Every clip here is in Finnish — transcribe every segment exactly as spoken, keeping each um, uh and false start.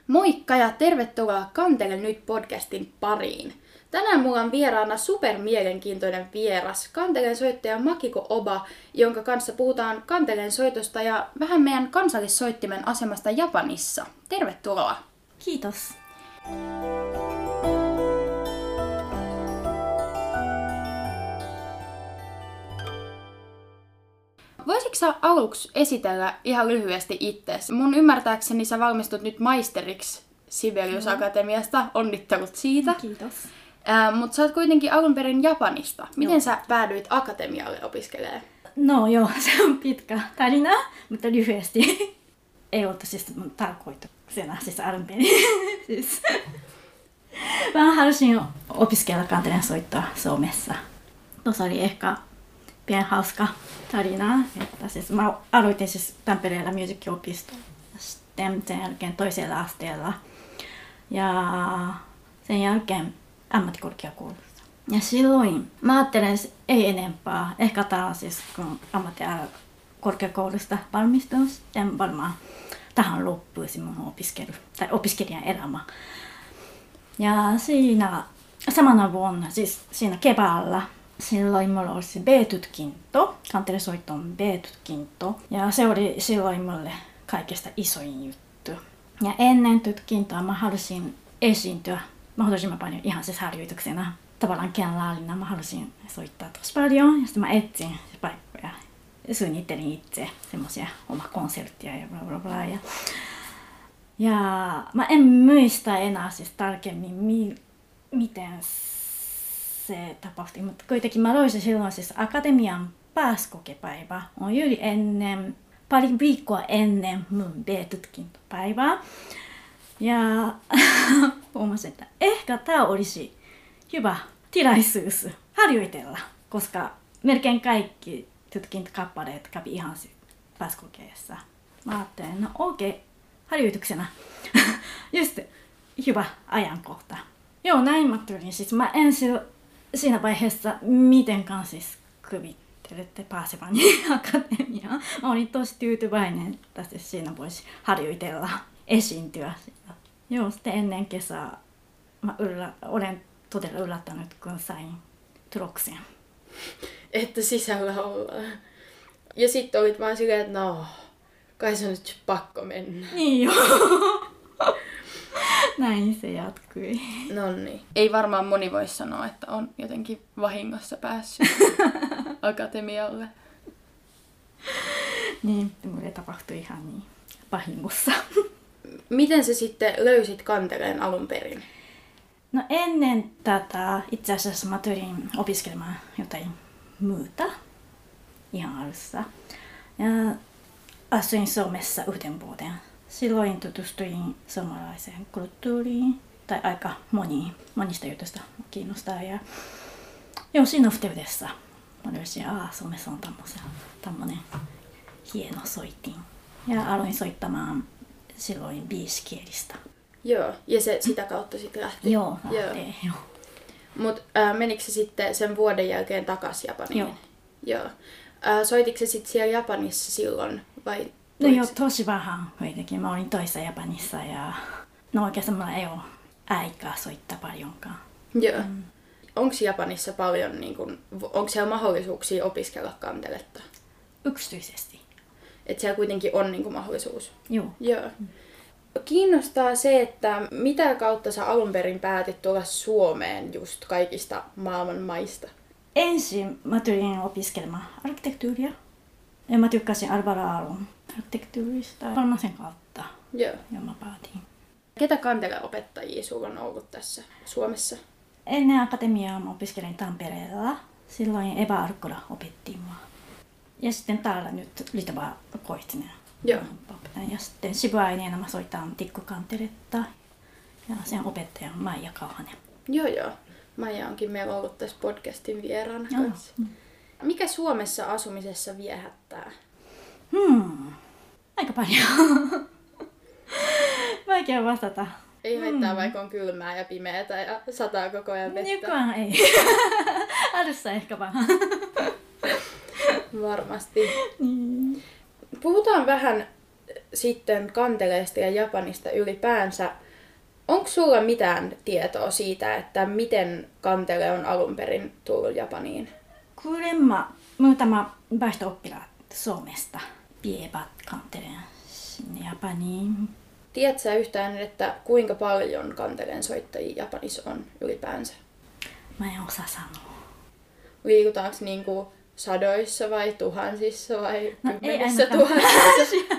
Moikka ja tervetuloa Kantele nyt podcastin pariin. Tänään mulla on vieraana supermielenkiintoinen vieras, Kantelen soittaja Makiko Oba, jonka kanssa puhutaan Kantelen soitosta ja vähän meidän kansallissoittimen asemasta Japanissa. Tervetuloa! Kiitos! Voisitko sä aluksi esitellä ihan lyhyesti itseäsi? Mun ymmärtääkseni sä valmistut nyt maisteriksi Sibelius Akatemiasta. Onnittelut siitä. Kiitos. Äh, Mutta sä oot kuitenkin alun perin Japanista. Miten Joo. sä päädyit akatemialle opiskelemaan? No joo, se on pitkä tarina, mutta lyhyesti. Ei ollut siis mun tarkoituksena siis alun perin. siis. Mä halusin opiskella kantelen soittoa Suomessa. Tuossa oli ehkä pieni hauska tarina. Että siis mä aloitin siis Tampereella musiikkiopistolla. Sitten sen jälkeen toisella asteella. Ja sen jälkeen ammattikorkeakoulussa. Ja silloin mä ajattelin, että ei enempää. Ehkä taas siis kun ammattikorkeakoulusta valmistun, sitten varmaan tähän loppuisi mun opiskelu, tai opiskelijan elämä. Ja siinä samana vuonna, siis siinä keväällä, silloin mulla oli se B-tutkinto, kantelesoiton B-tutkinto. Ja se oli silloin mulle kaikista isoin juttu. Ja ennen tutkintoa mä halusin esiintyä mahdollisimman paljon ihan siis harjoituksena. Tavallaan kenraalina mä halusin soittaa tosi paljon ja sitten mä etsin paikkoja. Suunnittelin itse semmoisia oma konserttia ja bla bla bla. Ja, ja mä en muista enää siis tarkemmin mi- miten se tapahtui, mutta kuitenkin mä loisin silloin siis akatemian pääsykokepäivä on juuri ennen, pari viikkoa ennen mun B-tutkintopäivää. Ja huomasin, että ehkä tämä olisi hyvä tilaisuus harjoitella, koska melkein kaikki tutkintokappaleet kävi ihan pääsykokeessa. Mä ajattelin, no okei, okay, harjoituksena. Just hyvä ajankohta. Joo, näin mä tulin. Siis mä en siinä vaiheessa mitenkään siis kuvittelette pääseväni akatemiaan. Mä olin tosi tyytyväinen, että siis siinä voisi harjoitella, esiintyä. Joo, sitten ennen kesää mä yllä, olen todella yllättänyt, kun sain tuloksen. Että sisällä ollaan. Ja sitten olit vaan silleen, että no, kai se on nyt pakko mennä. Niin joo. Näin se jatkui. Noniin. Ei varmaan moni voi sanoa, että on jotenkin vahingossa päässyt akatemialle. Niin, mulle tapahtui ihan niin vahingossa. Miten sä sitten löysit kanteleen alun perin? No ennen tätä itse asiassa mä tulin opiskelemaan jotain muuta ihan alussa. Ja asuin Suomessa yhden vuoden. Silloin tutustuin suomalaiseen kulttuuriin, tai aika moni, monista jutuista kiinnostaa. Ja joo, siinä yhteydessä mä löysin, että Suomessa on tämmöinen hieno soitin. Ja aloin soittamaan silloin viisikielistä. Joo, ja se sitä kautta sitten lähti. Joo, lähtee, joo. Mut äh, menikö se sitten sen vuoden jälkeen takaisin Japaniin? Joo. Joo. Äh, soititko se sitten siellä Japanissa silloin? Vai no joo, tosi vähän kuitenkin. Mä olin toisessa Japanissa ja no oikeastaan mulla ei ole aikaa soittaa paljonkaan. Joo. Mm. Onko Japanissa paljon, niin kun, onko siellä mahdollisuuksia opiskella kanteletta? Yksityisesti. Että siellä kuitenkin on niin kun, mahdollisuus? Joo. Joo. Mm. Kiinnostaa se, että mitä kautta sä alun perin päätit tulla Suomeen just kaikista maailman maista? Ensin mä tulin opiskelemaan arkkitehtuuria. Ja mä tykkäsin Alvar Aallon arkkitehtuurista. Varmaan sen kautta. Joo. Ja mä päätin. Ketä kanteleopettajia sulla on ollut tässä Suomessa? Ennen akatemiaa mä opiskelin Tampereella. Silloin Eva Arkkola opetti mua. Ja sitten täällä nyt Litava Koitsinen. Joo. Ja sitten sivuaineena mä soitan tikkukanteletta. Ja sen opettaja on Maija Kauhanen. Joo, joo. Maija onkin meillä ollut tässä podcastin vieraana Joo. kanssa. Mikä Suomessa asumisessa viehättää? Hmm. Aika paljon. Vaikea vastata. Ei haittaa, hmm. vaikka on kylmää ja pimeätä ja sataa koko ajan vettä. Nykyään ei. Alussa ehkä vähän. Varmasti. Mm. Puhutaan vähän sitten kanteleesta ja Japanista ylipäänsä. Onko sulla mitään tietoa siitä, että miten kantele on alun perin tullut Japaniin? Kuulemma muutama vaihto-oppilaat Suomesta vievät kanteleen sinne Japaniin. Tiedätkö sä yhtään, että kuinka paljon kanteleen soittajia Japanissa on ylipäänsä? Mä en osaa sanoa. Liikutaanko niinku sadoissa vai tuhansissa vai No, kymmenissä ei tuhansissa?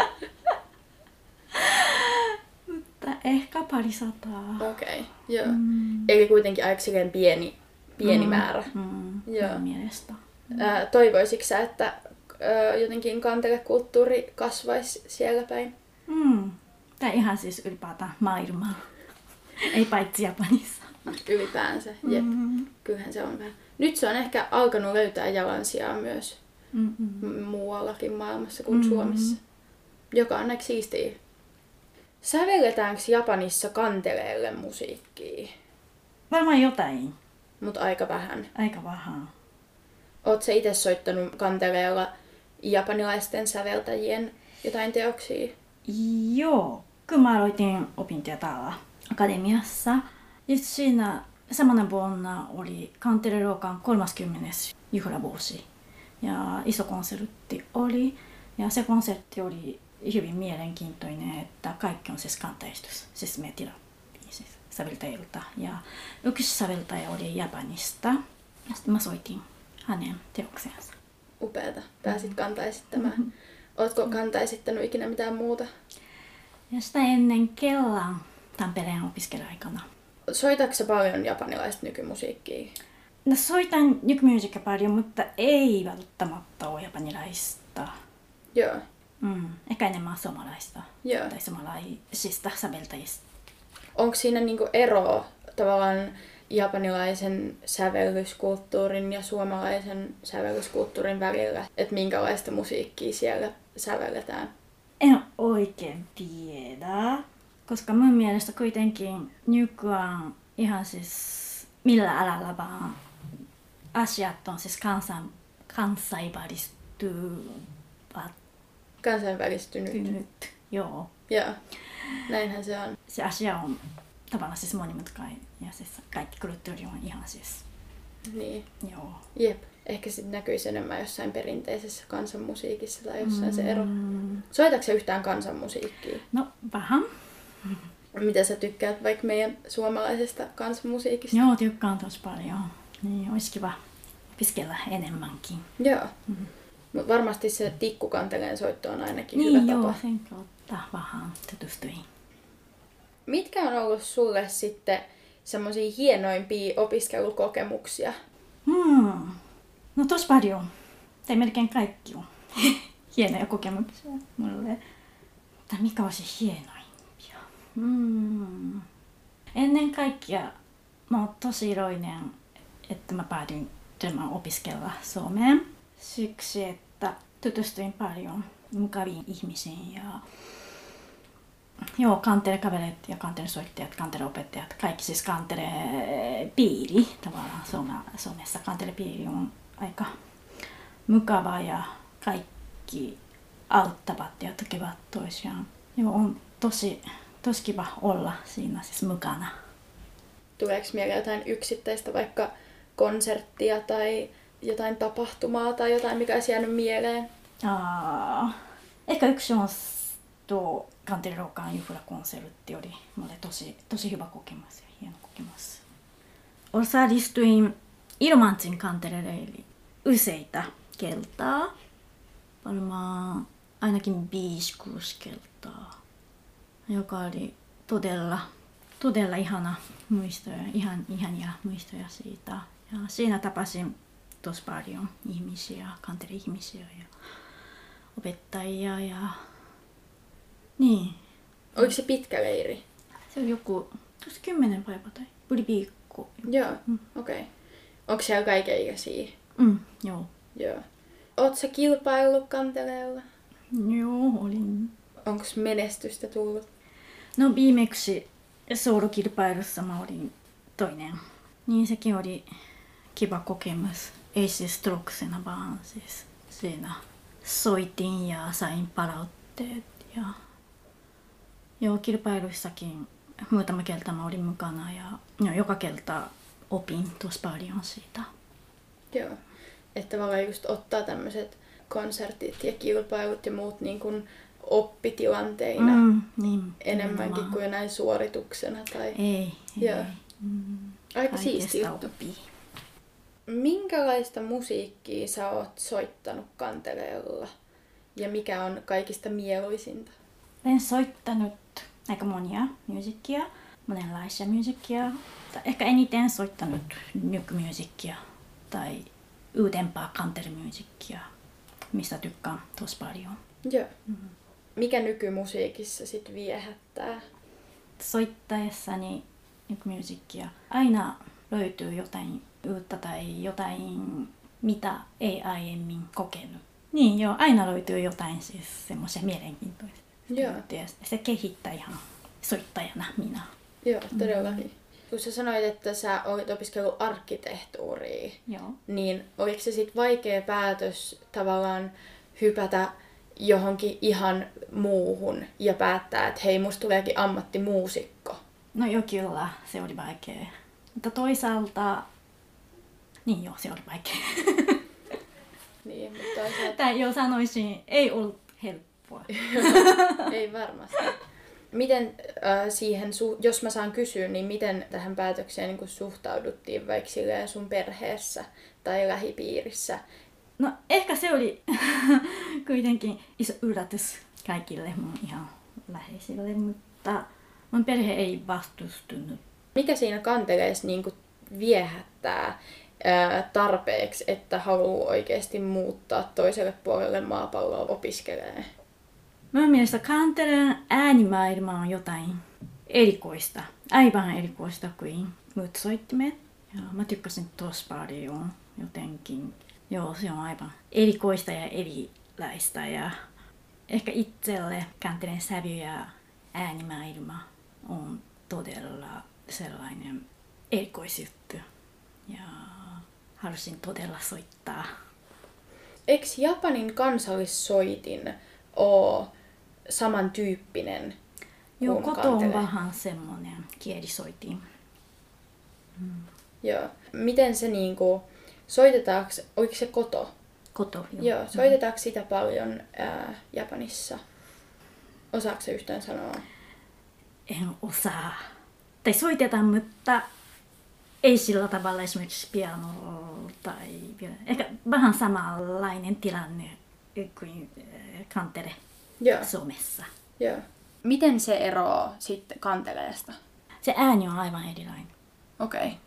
Mutta ehkä pari sataa. Okei, okay, joo. Mm. Eli kuitenkin aika silleen pieni, pieni Mm, määrä. Mm, Joo. mielestä. Ää, toivoisitko sä, että ää, jotenkin kantelekulttuuri kasvaisi siellä päin? Mm. Tai ihan siis ylipäätään maailmaa. Ei paitsi Japanissa. Ylipäänsä, jep. Mm. Kyllähän se on vähän. Nyt se on ehkä alkanut löytää jalansijaa myös Mm-mm. m- muuallakin maailmassa kuin Mm. Suomessa. Joka on aika siistiä. Sävelletäänkö Japanissa kanteleelle musiikkia? Varmaan jotain. Mut aika vähän. Aika vähän. Oot sä itse soittanut kanteleella japanilaisten säveltäjien jotain teoksia? Joo. Kun mä aloitin opintoja täällä akademiassa, ja siinä samana vuonna oli Kanteleluokan kolmaskymmenes juhlavuosi. Ja iso konsertti oli. Ja se konsertti oli hyvin mielenkiintoinen, että kaikki on siis kantaistus. Siis me tilattiin siis säveltäjiltä. Ja yksi säveltäjä oli Japanista. Ja sitten mä soitin hänen teoksensa. Upeata. Pääsit kantaesittämään. Mm-hmm. Ootko kantaesittänyt ikinä mitään muuta? Ja sitä ennen Kellan Tampereen opiskeluaikana. Soitatko sä paljon japanilaista nykymusiikkia? No, soitan nykymusiikkia paljon, mutta ei välttämättä ole japanilaista. Joo. Mm, ehkä enemmän suomalaista Joo. tai suomalaisista säveltäjistä. Onko siinä niinku ero tavallaan japanilaisen sävellyskulttuurin ja suomalaisen sävellyskulttuurin välillä? Että minkälaista musiikkia siellä sävelletään? En oikein tiedä, koska mun mielestä kuitenkin nykyään ihan siis millä alalla vaan asiat on siis kansan, kansainvälistyvät. Kansainvälistynyt. Nyt. Joo. Joo. Näinhän se on. Se asia on tavallaan siis monimutkainen ja siis kaikki kulttuuri on ihan siis, Niin. joo. Jep. Ehkä sitten näkyisi enemmän jossain perinteisessä kansanmusiikissa tai jossain se ero. Mm. Soitatko sä yhtään kansanmusiikkia? No, vähän. Mitä sä tykkäät vaikka meidän suomalaisesta kansanmusiikista? Joo, tykkään tosi paljon. Niin, olisi kiva opiskella enemmänkin. Joo. Mm. Mutta varmasti se tikkukanteleen soitto on ainakin Niin, hyvä joo, tapa. sen kautta vähän tutustuin. Mitkä on ollut sulle sitten semmoisia hienoimpia opiskelukokemuksia? Hmm. No tosi paljon. Tai melkein kaikki on hienoja kokemuksia mulle. Tai mikä olisi hienoimpia? Hmm. Ennen kaikkea mä oon tosi iloinen, että mä päädyin tulemaan opiskella Suomeen. Siksi, että tutustuin paljon mukaviin ihmisiin ja joo, kantelekaverit ja kantelesoittajat, kanteleopettajat, kaikki siis kantelepiiri, tavallaan Suomessa kantelepiiri on aika mukava ja kaikki auttavat ja tukevat toisiaan. Joo, on tosi, tosi kiva olla siinä siis mukana. Tuleeko mieleen jotain yksittäistä vaikka konserttia tai jotain tapahtumaa tai jotain, mikä olisi jäänyt mieleen? Aa, ehkä yksi on tuo Kanteleluokan juhlakonsertti oli mulle tosi, tosi hyvä kokemus ja hieno kokemus. Osallistuin Ilomantsin kanteleille useita kertaa. Varmaan ainakin viisi kuusi kertaa, joka oli todella, todella ihana muistoja, ihan, ihania muistoja siitä. Ja siinä tapasin tosi paljon ihmisiä, kantele-ihmisiä ja opettajia ja niin. Oliko se pitkä leiri? Se oli joku tosi kymmenen päivää tai yli viikko. Joo, Mm. okei. Okay. Onko siellä kaikenikäisiä? Mm, joo. Joo. Oot sä kilpaillut kanteleella? Joo, olin. Onko menestystä tullut? No viimeksi soolokilpailussa mä olin toinen. Niin sekin oli kiva kokemus. Ei siis tuloksena, vaan siis siinä soitin ja sain palautteet. Ja joo, kilpailuissakin muutama kerta mä olin mukana ja joo, joka kerta opin tosi paljon siitä. Joo, että tavallaan just ottaa tämmöiset konsertit ja kilpailut ja muut niin kuin oppitilanteina Mm, niin, enemmänkin nimenomaan. kuin näin suorituksena. Tai... Ei, Joo. ei. Mm, Aika siisti kaikesta juttu. oppii. Minkälaista musiikkia sä oot soittanut kanteleella ja mikä on kaikista mieluisinta? Olen soittanut aika monia musiikkia, monenlaisia musiikkia. Ehkä eniten soittanut nykymusiikkia tai uudempaa kantelemusiikkia, mistä tykkään tosi paljon. Joo. Mm-hmm. Mikä nykymusiikissa sit viehättää? Soittaessani nykymusiikkia aina löytyy jotain uutta tai jotain, mitä ei aiemmin kokenut. Niin joo, aina löytyy jotain siis semmoisia mielenkiintoisia. Joo. Se kehittää ihan soittajana minä. Joo, todellakin. Mm. Kun sä sanoit, että sä olit opiskellut arkkitehtuuria, Joo. niin oliko se sitten vaikea päätös tavallaan hypätä johonkin ihan muuhun ja päättää, että hei, musta tuleekin ammattimuusikko? No joo, kyllä, se oli vaikea. Mutta toisaalta, niin joo, se oli vaikea. Niin, mutta toisaalta... Tai joo, sanoisin, ei ollut helppoa. Ei varmasti. Miten äh, siihen, su- jos mä saan kysyä, niin miten tähän päätökseen niin kun suhtauduttiin vaikka silleen sun perheessä tai lähipiirissä? No ehkä se oli kuitenkin iso yllätys kaikille mun ihan läheisille, mutta mun perhe ei vastustunut. Mikä siinä kanteleessa niin kun viehättää ää, tarpeeksi, että haluaa oikeasti muuttaa toiselle puolelle maapalloa opiskelemaan? Mun mielestä kanteleen äänimaailma on jotain erikoista, aivan erikoista kuin muut soittimet. Ja mä tykkäsin tosi paljon jotenkin. Joo, se on aivan erikoista ja erilaista ja ehkä itselle kanteleen sävy ja äänimaailma on todella sellainen erikoisjuttu. Ja halusin todella soittaa. Eikö Japanin kansallissoitin ole samantyyppinen Joo, kuin koto on kantele? vähän semmoinen kielisoitin. Mm. Joo. Miten se niinku, soitetaanko, oliko se koto? Koto, joo. Joo, soitetaanko sitä paljon ää, Japanissa? Osaatko se yhtään sanoa? En osaa. Tai soitetaan, mutta ei sillä tavalla esimerkiksi pianolla tai ehkä vähän samanlainen tilanne kuin kantele Joo. Suomessa. Joo. Miten se eroaa sitten kanteleesta? Se ääni on aivan erilainen. Okei. Okay.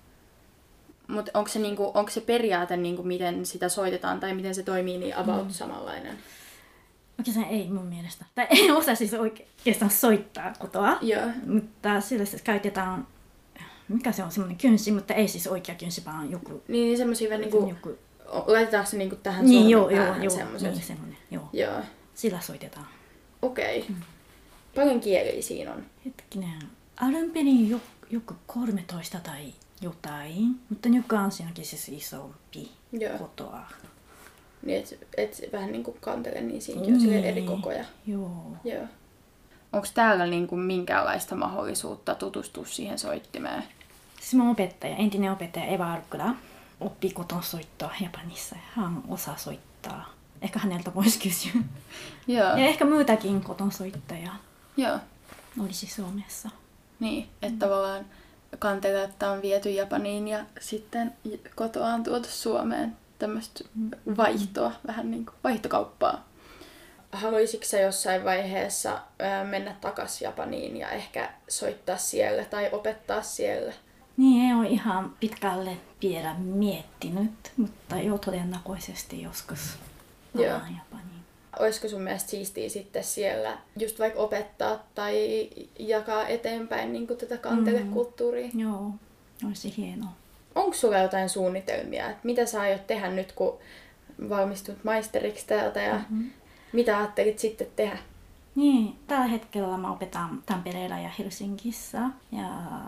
Mutta onko se, niinku, onko se periaate, niinku, miten sitä soitetaan tai miten se toimii, niin about mm. samanlainen? Oikeastaan ei mun mielestä. Tai en osaa siis oikeastaan soittaa kotoa. Joo. Mutta sillä siis käytetään, mikä se on, semmoinen kynsi, mutta ei siis oikea kynsi, vaan joku... Niin semmosia vähän niinku, joku... laitetaanko se niinku tähän Niin, sormen joo, joo, päähän joo, semmoset? niin semmoinen, joo. Joo. Sillä soitetaan. Okei. Okay. Mm. Paljon kieliä siinä on? Hetkinen, alun perin joku, joku kolmetoista tai jotain, mutta nykyään siinäkin siis isompi Joo. kotoa. Niin, et, et vähän niin kuin kantele, niin siinäkin on niin. eri kokoja. Joo. Joo. Onko täällä niin kuin minkäänlaista mahdollisuutta tutustua siihen soittimeen? Siis mun opettaja, entinen opettaja Eva Arkula, oppi koton soittoa Japanissa. Hän osaa soittaa. Ehkä häneltä voisi kysyä. Joo. Ja ehkä muitakin koton soittajaa Joo. olisi Suomessa. Niin, että mm. tavallaan kanteletta on viety Japaniin ja sitten kotoa on tuotu Suomeen. Tämmöistä vaihtoa, vähän niin kuin vaihtokauppaa. Haluaisitko sä jossain vaiheessa mennä takaisin Japaniin ja ehkä soittaa siellä tai opettaa siellä? Niin, ei ole ihan pitkälle vielä miettinyt, mutta jo todennäköisesti joskus palaan Japaniin. Olisiko sun mielestä siistiä sitten siellä just vaikka opettaa tai jakaa eteenpäin niin kuin tätä kantelekulttuuria? Mm, joo, olisi hienoa. Onko sulla jotain suunnitelmia, että mitä sä aiot tehdä nyt, kun valmistut maisteriksi täältä ja mm-hmm. mitä ajattelit sitten tehdä? Niin, tällä hetkellä mä opetan Tampereella ja Helsingissä ja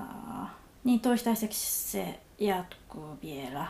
niin toistaiseksi se jatkuu vielä.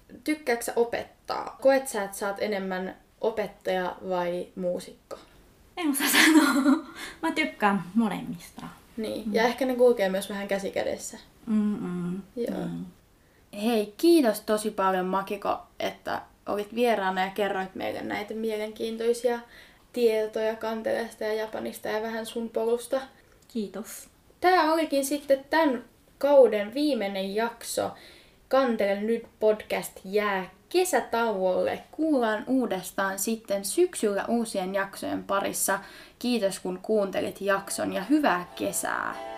Tykkääksä opettaa? Koet sä, että sä oot enemmän opettaja vai muusikko? En osaa sanoa. Mä tykkään molemmista. Niin, ja ehkä ne kulkee myös vähän käsi kädessä. Mm-mm. Joo. Niin. Hei, kiitos tosi paljon Makiko, että olit vieraana ja kerroit meille näitä mielenkiintoisia tietoja Kanteleesta ja Japanista ja vähän sun polusta. Kiitos. Tämä olikin sitten tämän kauden viimeinen jakso. Kantele nyt podcast jää kesätauolle. Kuullaan uudestaan sitten syksyllä uusien jaksojen parissa. Kiitos kun kuuntelit jakson ja hyvää kesää!